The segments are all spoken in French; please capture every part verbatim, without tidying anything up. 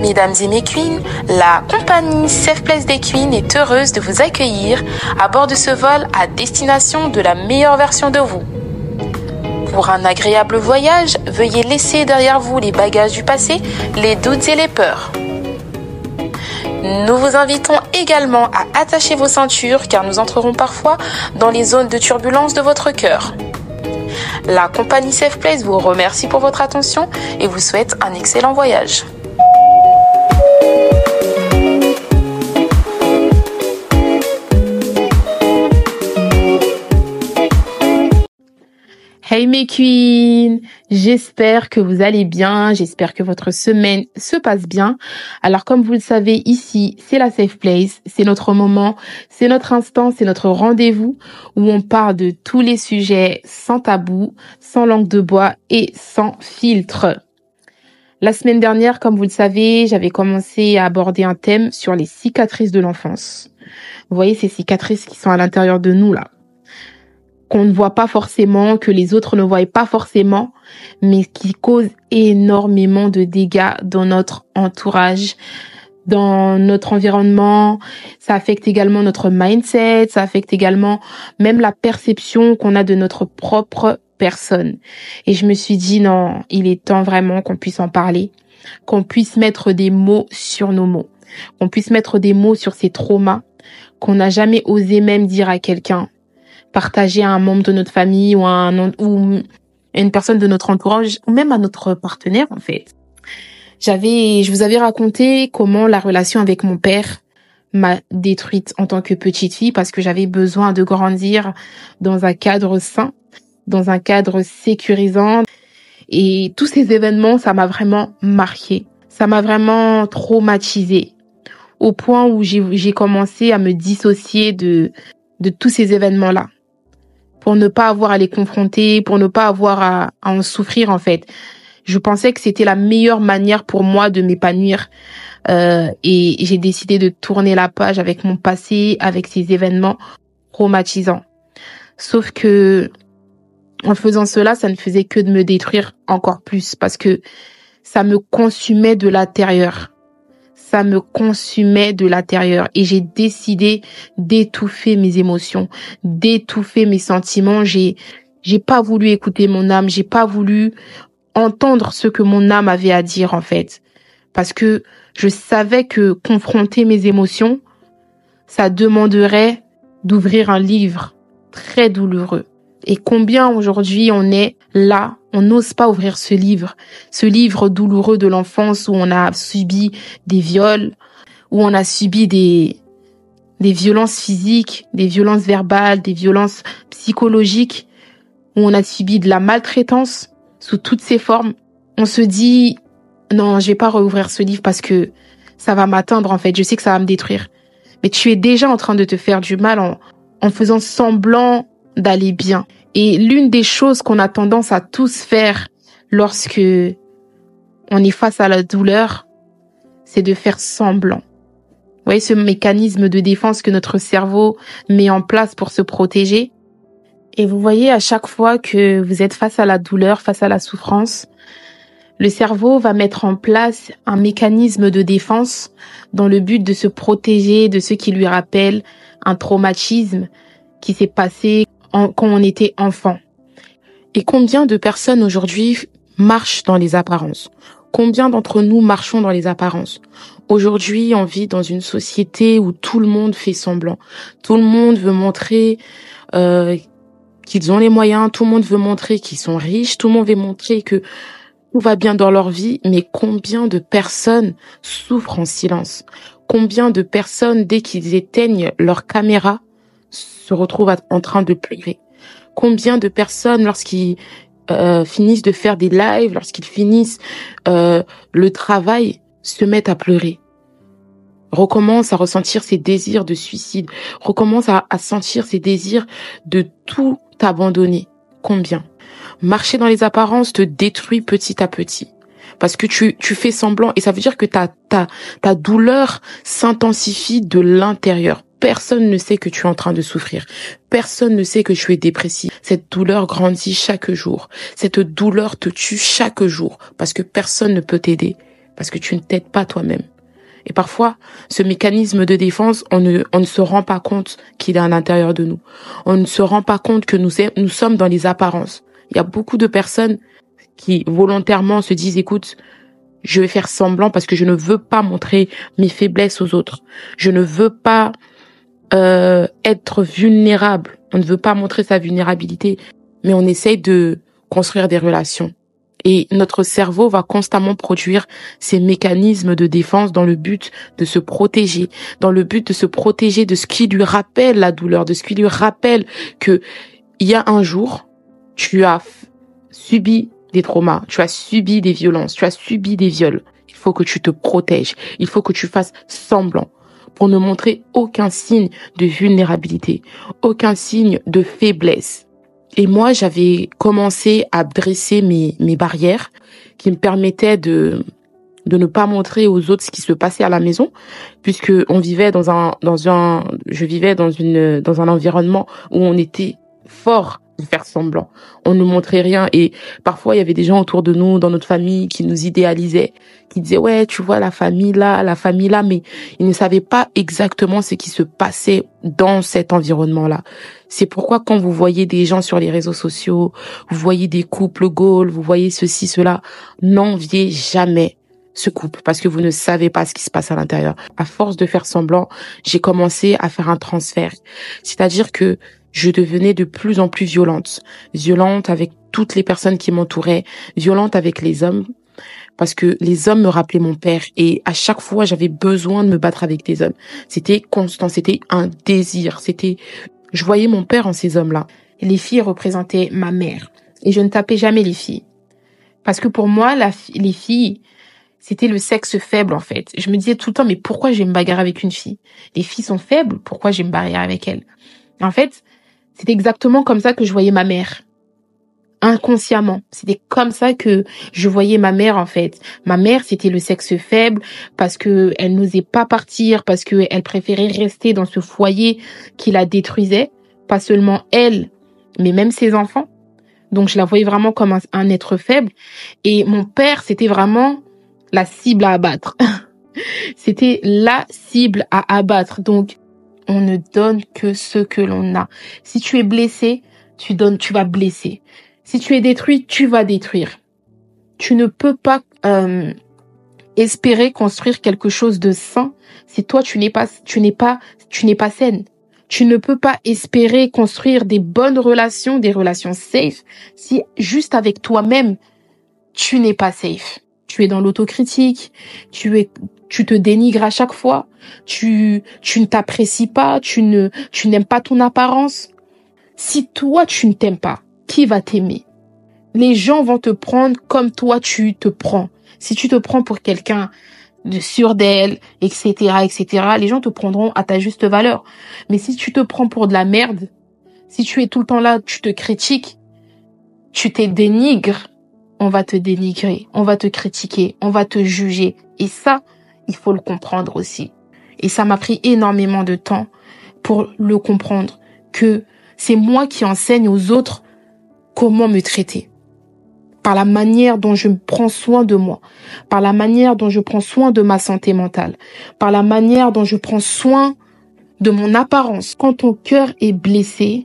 Mesdames et mes queens, la compagnie Safe Place des Queens est heureuse de vous accueillir à bord de ce vol à destination de la meilleure version de vous. Pour un agréable voyage, veuillez laisser derrière vous les bagages du passé, les doutes et les peurs. Nous vous invitons également à attacher vos ceintures car nous entrerons parfois dans les zones de turbulence de votre cœur. La compagnie Safe Place vous remercie pour votre attention et vous souhaite un excellent voyage. Hey mes queens, j'espère que vous allez bien, j'espère que votre semaine se passe bien. Alors comme vous le savez, ici, c'est la Safe Place, c'est notre moment, c'est notre instant, c'est notre rendez-vous où on parle de tous les sujets sans tabou, sans langue de bois et sans filtre. La semaine dernière, comme vous le savez, j'avais commencé à aborder un thème sur les cicatrices de l'enfance. Vous voyez ces cicatrices qui sont à l'intérieur de nous là, qu'on ne voit pas forcément, que les autres ne voient pas forcément, mais qui causent énormément de dégâts dans notre entourage, dans notre environnement. Ça affecte également notre mindset, ça affecte également même la perception qu'on a de notre propre personne. Et je me suis dit, non, il est temps vraiment qu'on puisse en parler, qu'on puisse mettre des mots sur nos mots, qu'on puisse mettre des mots sur ces traumas qu'on n'a jamais osé même dire à quelqu'un, partager à un membre de notre famille ou à, un, ou à une personne de notre entourage ou même à notre partenaire en fait. J'avais, je vous avais raconté comment la relation avec mon père m'a détruite en tant que petite fille parce que j'avais besoin de grandir dans un cadre sain, dans un cadre sécurisant. Et tous ces événements, ça m'a vraiment marqué. Ça m'a vraiment traumatisée au point où j'ai, j'ai commencé à me dissocier de, de tous ces événements-là, pour ne pas avoir à les confronter, pour ne pas avoir à, à en souffrir en fait. Je pensais que c'était la meilleure manière pour moi de m'épanouir euh, et j'ai décidé de tourner la page avec mon passé, avec ces événements traumatisants. Sauf que en faisant cela, ça ne faisait que de me détruire encore plus parce que ça me consumait de l'intérieur. Ça me consumait de l'intérieur et j'ai décidé d'étouffer mes émotions, d'étouffer mes sentiments. J'ai, j'ai pas voulu écouter mon âme, j'ai pas voulu entendre ce que mon âme avait à dire en fait, parce que je savais que confronter mes émotions, ça demanderait d'ouvrir un livre très douloureux. Et combien aujourd'hui on est là, on n'ose pas ouvrir ce livre, ce livre douloureux de l'enfance où on a subi des viols, où on a subi des, des violences physiques, des violences verbales, des violences psychologiques, où on a subi de la maltraitance sous toutes ses formes. On se dit, non, je vais pas rouvrir ce livre parce que ça va m'atteindre en fait, je sais que ça va me détruire. Mais tu es déjà en train de te faire du mal en, en faisant semblant d'aller bien. Et l'une des choses qu'on a tendance à tous faire lorsque on est face à la douleur, c'est de faire semblant. Vous voyez ce mécanisme de défense que notre cerveau met en place pour se protéger. Et vous voyez à chaque fois que vous êtes face à la douleur, face à la souffrance, le cerveau va mettre en place un mécanisme de défense dans le but de se protéger de ce qui lui rappelle un traumatisme qui s'est passé en, quand on était enfant. Et combien de personnes aujourd'hui marchent dans les apparences? Combien d'entre nous marchons dans les apparences? Aujourd'hui, on vit dans une société où tout le monde fait semblant. Tout le monde veut montrer euh, qu'ils ont les moyens, tout le monde veut montrer qu'ils sont riches, tout le monde veut montrer que tout va bien dans leur vie, mais combien de personnes souffrent en silence? Combien de personnes, dès qu'ils éteignent leur caméra, se retrouvent en train de pleurer? Combien de personnes, lorsqu'ils euh, finissent de faire des lives, lorsqu'ils finissent euh, le travail, se mettent à pleurer, recommencent à ressentir ces désirs de suicide, recommencent à, à sentir ces désirs de tout abandonner? Combien? Marcher dans les apparences te détruit petit à petit. Parce que tu, tu fais semblant et ça veut dire que ta, ta, ta douleur s'intensifie de l'intérieur. Personne ne sait que tu es en train de souffrir. Personne ne sait que tu es dépressif. Cette douleur grandit chaque jour. Cette douleur te tue chaque jour parce que personne ne peut t'aider. parce que tu ne t'aides pas toi-même. Et parfois, ce mécanisme de défense, on ne, on ne se rend pas compte qu'il est à l'intérieur de nous. On ne se rend pas compte que nous, nous sommes dans les apparences. Il y a beaucoup de personnes qui volontairement se disent, écoute, je vais faire semblant parce que je ne veux pas montrer mes faiblesses aux autres. Je ne veux pas euh, être vulnérable. On ne veut pas montrer sa vulnérabilité, mais on essaye de construire des relations. Et notre cerveau va constamment produire ces mécanismes de défense dans le but de se protéger, dans le but de se protéger de ce qui lui rappelle la douleur, de ce qui lui rappelle que il y a un jour, tu as subi des traumas, tu as subi des violences, tu as subi des viols. Il faut que tu te protèges, il faut que tu fasses semblant pour ne montrer aucun signe de vulnérabilité, aucun signe de faiblesse. Et moi, j'avais commencé à dresser mes, mes barrières qui me permettaient de, de ne pas montrer aux autres ce qui se passait à la maison, puisque on vivait dans un, dans un, je vivais dans une, dans un environnement où on était fort de faire semblant. On ne montrait rien et parfois il y avait des gens autour de nous, dans notre famille, qui nous idéalisaient, qui disaient ouais, tu vois la famille là, la famille là, mais ils ne savaient pas exactement ce qui se passait dans cet environnement-là. C'est pourquoi quand vous voyez des gens sur les réseaux sociaux, vous voyez des couples goals, vous voyez ceci, cela, n'enviez jamais ce couple parce que vous ne savez pas ce qui se passe à l'intérieur. À force de faire semblant, j'ai commencé à faire un transfert. C'est-à-dire que je devenais de plus en plus violente. Violente avec toutes les personnes qui m'entouraient, violente avec les hommes, parce que les hommes me rappelaient mon père et à chaque fois, j'avais besoin de me battre avec des hommes. C'était constant, c'était un désir, c'était... Je voyais mon père en ces hommes-là. Les filles représentaient ma mère et je ne tapais jamais les filles. Parce que pour moi, la, les filles, c'était le sexe faible en fait. Je me disais tout le temps, mais pourquoi je vais me bagarrer avec une fille? Les filles sont faibles, pourquoi je vais me bagarrer avec elles? En fait, c'était exactement comme ça que je voyais ma mère. Inconsciemment. C'était comme ça que je voyais ma mère, en fait. Ma mère, c'était le sexe faible parce que elle n'osait pas partir, parce que elle préférait rester dans ce foyer qui la détruisait. Pas seulement elle, mais même ses enfants. Donc, je la voyais vraiment comme un, un être faible. Et mon père, c'était vraiment la cible à abattre. C'était la cible à abattre. Donc, on ne donne que ce que l'on a. Si tu es blessé, tu donnes, tu vas blesser. Si tu es détruit, tu vas détruire. Tu ne peux pas euh, espérer construire quelque chose de sain si toi tu n'es pas, tu n'es pas, tu n'es pas saine. Tu ne peux pas espérer construire des bonnes relations, des relations safe, si juste avec toi-même tu n'es pas safe. Tu es dans l'autocritique, tu es, tu te dénigres à chaque fois, tu, tu ne t'apprécies pas, tu ne, tu n'aimes pas ton apparence. Si toi tu ne t'aimes pas, qui va t'aimer? Les gens vont te prendre comme toi tu te prends. Si tu te prends pour quelqu'un de sûr d'elle, et cetera, et cetera, les gens te prendront à ta juste valeur. Mais si tu te prends pour de la merde, si tu es tout le temps là, tu te critiques, tu te dénigres, on va te dénigrer, on va te critiquer, on va te juger. Et ça, il faut le comprendre aussi. Et ça m'a pris énormément de temps pour le comprendre, que c'est moi qui enseigne aux autres comment me traiter. Par la manière dont je prends soin de moi, par la manière dont je prends soin de ma santé mentale, par la manière dont je prends soin de mon apparence. Quand ton cœur est blessé,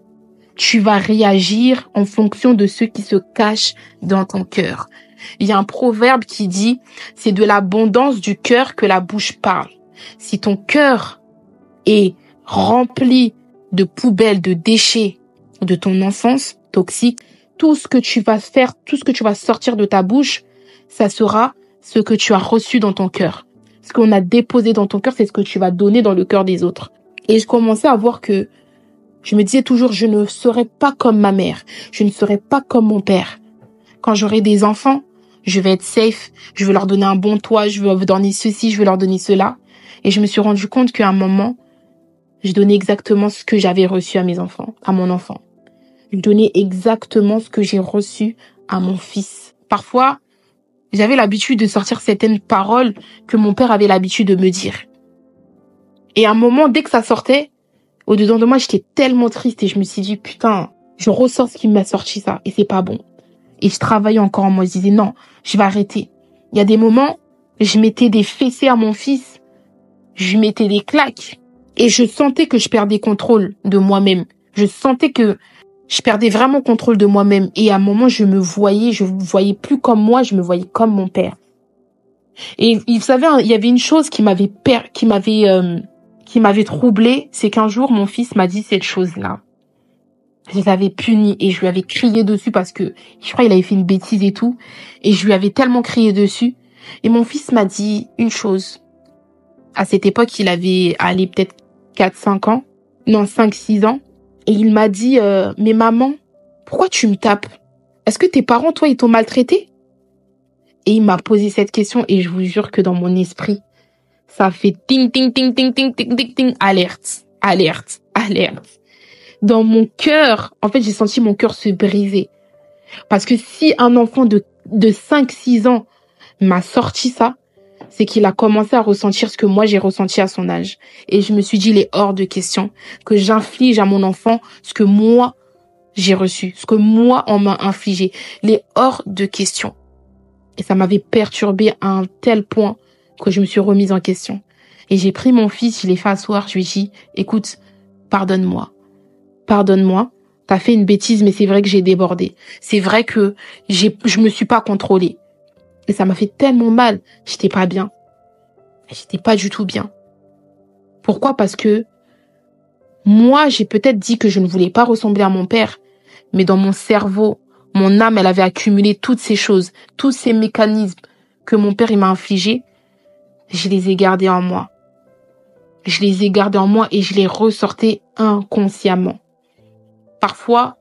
tu vas réagir en fonction de ce qui se cache dans ton cœur. Il y a un proverbe qui dit, c'est de l'abondance du cœur que la bouche parle. Si ton cœur est rempli de poubelles, de déchets de ton enfance toxique, tout ce que tu vas faire, tout ce que tu vas sortir de ta bouche, ça sera ce que tu as reçu dans ton cœur. Ce qu'on a déposé dans ton cœur, c'est ce que tu vas donner dans le cœur des autres. Et je commençais à voir que je me disais toujours, je ne serai pas comme ma mère, je ne serai pas comme mon père. Quand j'aurai des enfants, je vais être safe, je vais leur donner un bon toit, je vais leur donner ceci, je vais leur donner cela. Et je me suis rendu compte qu'à un moment, je donnais exactement ce que j'avais reçu à mes enfants, à mon enfant. Je donnais exactement ce que j'ai reçu à mon fils. Parfois, j'avais l'habitude de sortir certaines paroles que mon père avait l'habitude de me dire. Et à un moment, dès que ça sortait, au-dedans de moi, j'étais tellement triste et je me suis dit, putain, je ressors ce qui m'a sorti ça et c'est pas bon. Et je travaillais encore en moi, je disais, non, je vais arrêter. Il y a des moments, je mettais des fessées à mon fils, je lui mettais des claques. Et je sentais que je perdais contrôle de moi-même. Je sentais que je perdais vraiment contrôle de moi-même. Et à un moment, je me voyais, je me voyais plus comme moi, je me voyais comme mon père. Et vous savez, il y avait une chose qui m'avait per... qui m'avait euh, qui m'avait troublée, c'est qu'un jour, mon fils m'a dit cette chose-là. Je l'avais puni et je lui avais crié dessus parce que je crois qu'il avait fait une bêtise et tout. Et je lui avais tellement crié dessus. Et mon fils m'a dit une chose. À cette époque, il avait allé peut-être quatre cinq ans. Non, cinq six ans. Et il m'a dit, euh, mais maman, pourquoi tu me tapes? Est-ce que tes parents, toi, ils t'ont maltraité? Et il m'a posé cette question et je vous jure que dans mon esprit, ça a fait ting, ting, ting, ting, ting, ting, ting, ting, alerte, alerte, alerte. Dans mon cœur, en fait, j'ai senti mon cœur se briser. Parce que si un enfant de, de cinq six ans m'a sorti ça, c'est qu'il a commencé à ressentir ce que moi j'ai ressenti à son âge. Et je me suis dit, il est hors de question que j'inflige à mon enfant ce que moi j'ai reçu, ce que moi on m'a infligé. Il est hors de question. Et ça m'avait perturbé à un tel point que je me suis remise en question. Et j'ai pris mon fils, je l'ai fait asseoir, je lui ai dit, écoute, pardonne-moi. Pardonne-moi. T'as fait une bêtise, mais c'est vrai que j'ai débordé. C'est vrai que j'ai, je me suis pas contrôlée. Et ça m'a fait tellement mal. J'étais pas bien. J'étais pas du tout bien. Pourquoi? Parce que moi, j'ai peut-être dit que je ne voulais pas ressembler à mon père, mais dans mon cerveau, mon âme, elle avait accumulé toutes ces choses, tous ces mécanismes que mon père il m'a infligés. Je les ai gardés en moi. Je les ai gardés en moi et je les ressortais inconsciemment. Parfois,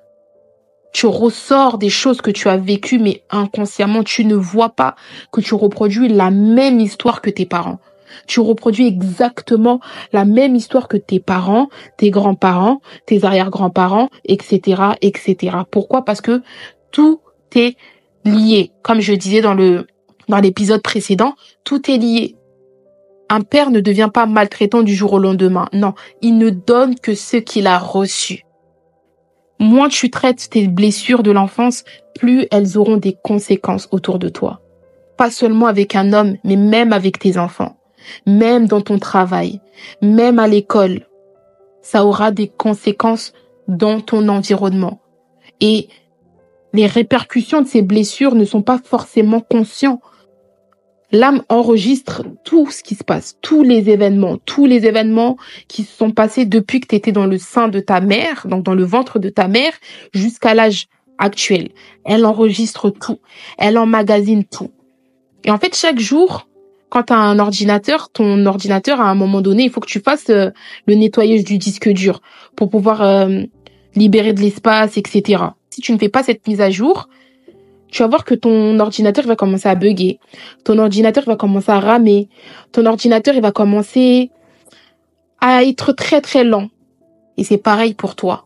tu ressors des choses que tu as vécues, mais inconsciemment, tu ne vois pas que tu reproduis la même histoire que tes parents. Tu reproduis exactement la même histoire que tes parents, tes grands-parents, tes arrière-grands-parents, et cetera, et cetera. Pourquoi? Parce que tout est lié. Comme je disais dans le, dans l'épisode précédent, tout est lié. Un père ne devient pas maltraitant du jour au lendemain. Non, il ne donne que ce qu'il a reçu. Moins tu traites tes blessures de l'enfance, plus elles auront des conséquences autour de toi. Pas seulement avec un homme, mais même avec tes enfants. Même dans ton travail, même à l'école. Ça aura des conséquences dans ton environnement. Et les répercussions de ces blessures ne sont pas forcément conscientes. L'âme enregistre tout ce qui se passe, tous les événements, tous les événements qui se sont passés depuis que tu étais dans le sein de ta mère, donc dans le ventre de ta mère, jusqu'à l'âge actuel. Elle enregistre tout, elle emmagasine tout. Et en fait, chaque jour, quand tu as un ordinateur, ton ordinateur, à un moment donné, il faut que tu fasses euh, le nettoyage du disque dur pour pouvoir euh, libérer de l'espace, et cetera. Si tu ne fais pas cette mise à jour, tu vas voir que ton ordinateur va commencer à bugger. Ton ordinateur va commencer à ramer. Ton ordinateur, il va commencer à être très, très lent. Et c'est pareil pour toi.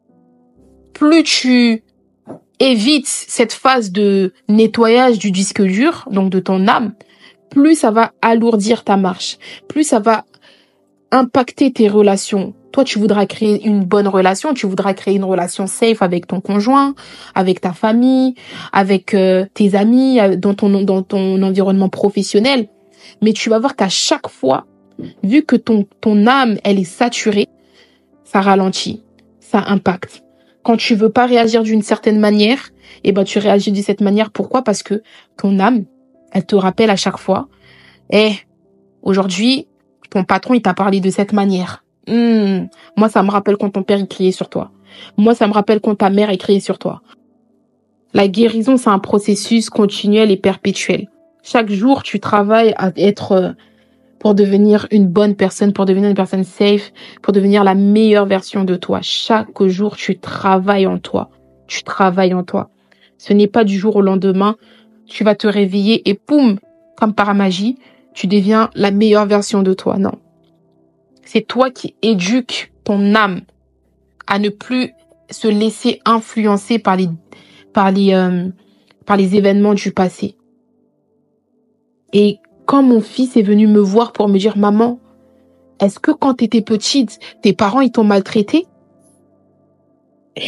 Plus tu évites cette phase de nettoyage du disque dur, donc de ton âme, plus ça va alourdir ta marche. Plus ça va impacter tes relations. Toi, tu voudras créer une bonne relation, tu voudras créer une relation safe avec ton conjoint, avec ta famille, avec euh, tes amis, dans ton dans ton environnement professionnel. Mais tu vas voir qu'à chaque fois, vu que ton ton âme, elle est saturée, ça ralentit, ça impacte. Quand tu veux pas réagir d'une certaine manière, eh ben tu réagis de cette manière. Pourquoi? Parce que ton âme, elle te rappelle à chaque fois, eh, aujourd'hui, ton patron, il t'a parlé de cette manière. Mmh. Moi, ça me rappelle quand ton père, il criait sur toi. Moi, ça me rappelle quand ta mère, elle criait sur toi. La guérison, c'est un processus continuel et perpétuel. Chaque jour, tu travailles à être, euh, pour devenir une bonne personne, pour devenir une personne safe, pour devenir la meilleure version de toi. Chaque jour, tu travailles en toi. Tu travailles en toi. Ce n'est pas du jour au lendemain. Tu vas te réveiller et poum, comme par magie, tu deviens la meilleure version de toi. Non. C'est toi qui éduques ton âme à ne plus se laisser influencer par les, par les, euh, par les événements du passé. Et quand mon fils est venu me voir pour me dire, maman, est-ce que quand tu étais petite, tes parents, ils t'ont maltraité?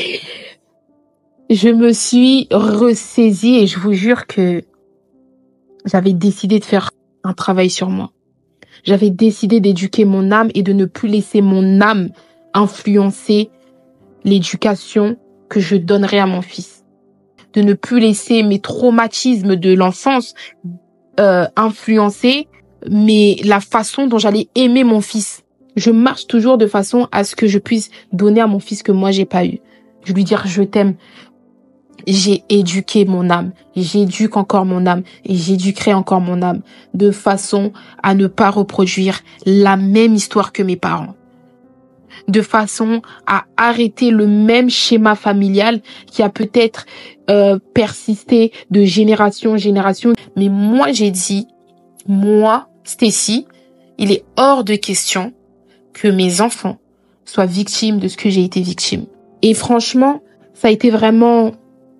Je me suis ressaisie et je vous jure que j'avais décidé de faire un travail sur moi. J'avais décidé d'éduquer mon âme et de ne plus laisser mon âme influencer l'éducation que je donnerais à mon fils. De ne plus laisser mes traumatismes de l'enfance euh, influencer mais la façon dont j'allais aimer mon fils. Je marche toujours de façon à ce que je puisse donner à mon fils que moi j'ai pas eu. Je lui dire je t'aime. J'ai éduqué mon âme, j'éduque encore mon âme et j'éduquerai encore mon âme de façon à ne pas reproduire la même histoire que mes parents. De façon à arrêter le même schéma familial qui a peut-être euh, persisté de génération en génération. Mais moi j'ai dit, moi, Stécie, il est hors de question que mes enfants soient victimes de ce que j'ai été victime. Et franchement, ça a été vraiment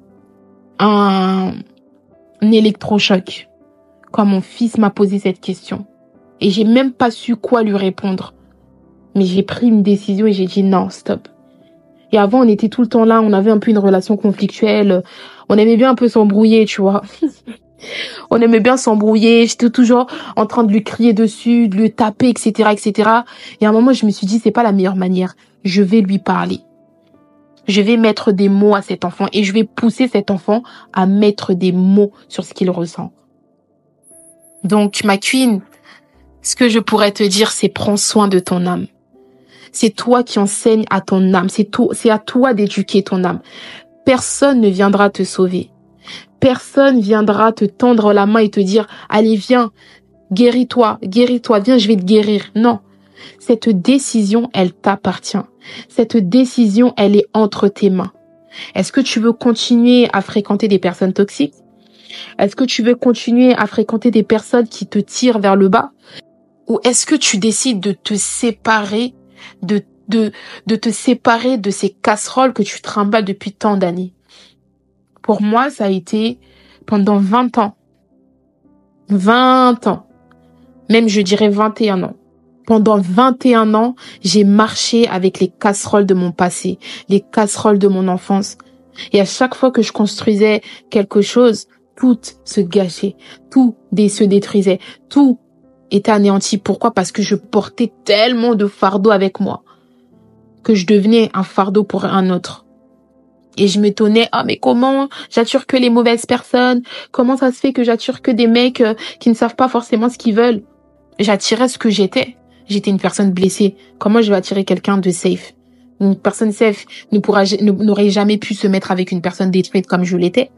un, un électrochoc quand mon fils m'a posé cette question. Et j'ai même pas su quoi lui répondre. Mais j'ai pris une décision et j'ai dit non, stop. Et avant, on était tout le temps là, on avait un peu une relation conflictuelle. On aimait bien un peu s'embrouiller, tu vois. On aimait bien s'embrouiller. J'étais toujours en train de lui crier dessus, de lui taper, et cetera, et cetera. Et à un moment, je me suis dit, c'est pas la meilleure manière. Je vais lui parler. Je vais mettre des mots à cet enfant et je vais pousser cet enfant à mettre des mots sur ce qu'il ressent. Donc, ma queen, ce que je pourrais te dire, c'est prends soin de ton âme. C'est toi qui enseignes à ton âme. C'est toi, c'est à toi d'éduquer ton âme. Personne ne viendra te sauver. Personne viendra te tendre la main et te dire, allez, viens, guéris-toi, guéris-toi, viens, je vais te guérir. Non. Cette décision, elle t'appartient. Cette décision, elle est entre tes mains. Est-ce que tu veux continuer à fréquenter des personnes toxiques? Est-ce que tu veux continuer à fréquenter des personnes qui te tirent vers le bas? Ou est-ce que tu décides de te séparer, de, de, de te séparer de ces casseroles que tu trimbales depuis tant d'années? Pour moi, ça a été pendant vingt ans. vingt ans. Même, je dirais vingt et un ans. Pendant vingt et un ans, j'ai marché avec les casseroles de mon passé, les casseroles de mon enfance. Et à chaque fois que je construisais quelque chose, tout se gâchait, tout se détruisait, tout était anéanti. Pourquoi? Parce que je portais tellement de fardeaux avec moi que je devenais un fardeau pour un autre. Et je m'étonnais, ah mais comment j'attire que les mauvaises personnes? Comment ça se fait que j'attire que des mecs euh, qui ne savent pas forcément ce qu'ils veulent? J'attirais ce que j'étais. J'étais une personne blessée. Comment je vais attirer quelqu'un de safe? Une personne safe ne pourra, n'aurait jamais pu se mettre avec une personne détruite comme je l'étais.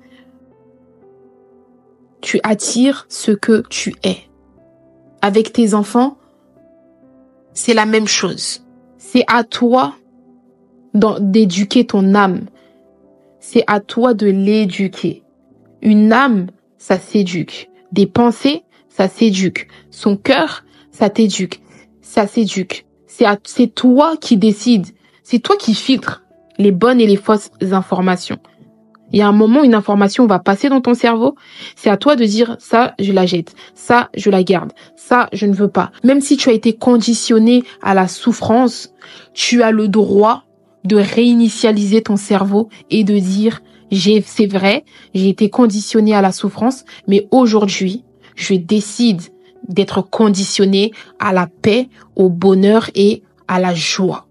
Tu attires ce que tu es. Avec tes enfants, c'est la même chose. C'est à toi d'éduquer ton âme. C'est à toi de l'éduquer. Une âme, ça s'éduque. Des pensées, ça s'éduque. Son cœur, ça t'éduque. Ça s'éduque. C'est à, c'est toi qui décides. C'est toi qui filtres les bonnes et les fausses informations. Il y a un moment, une information va passer dans ton cerveau. C'est à toi de dire, ça, je la jette. Ça, je la garde. Ça, je ne veux pas. Même si tu as été conditionné à la souffrance, tu as le droit de réinitialiser ton cerveau et de dire, j'ai, c'est vrai, j'ai été conditionné à la souffrance, mais aujourd'hui, je décide d'être conditionné à la paix, au bonheur et à la joie.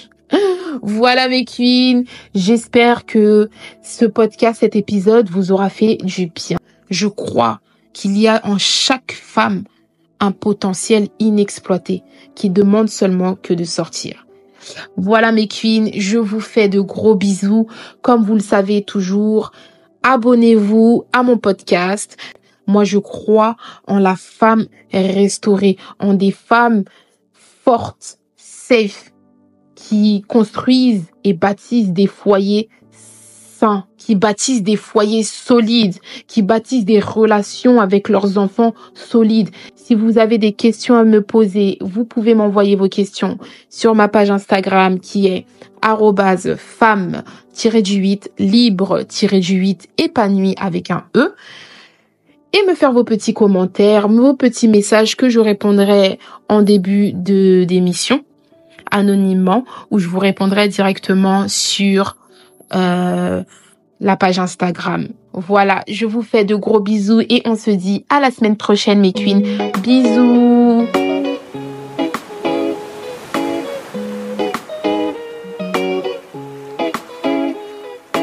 Voilà mes queens, j'espère que ce podcast, cet épisode vous aura fait du bien. Je crois qu'il y a en chaque femme un potentiel inexploité qui demande seulement que de sortir. Voilà mes queens, je vous fais de gros bisous. Comme vous le savez toujours, abonnez-vous à mon podcast. Moi, je crois en la femme restaurée, en des femmes fortes, safe, qui construisent et bâtissent des foyers sains, qui bâtissent des foyers solides, qui bâtissent des relations avec leurs enfants solides. Si vous avez des questions à me poser, vous pouvez m'envoyer vos questions sur ma page Instagram qui est arobase femme du huit libre du huit épanouie avec un E. Et me faire vos petits commentaires, vos petits messages que je répondrai en début de d'émission, anonymement, ou je vous répondrai directement sur euh, la page Instagram. Voilà, je vous fais de gros bisous et on se dit à la semaine prochaine, mes queens. Bisous.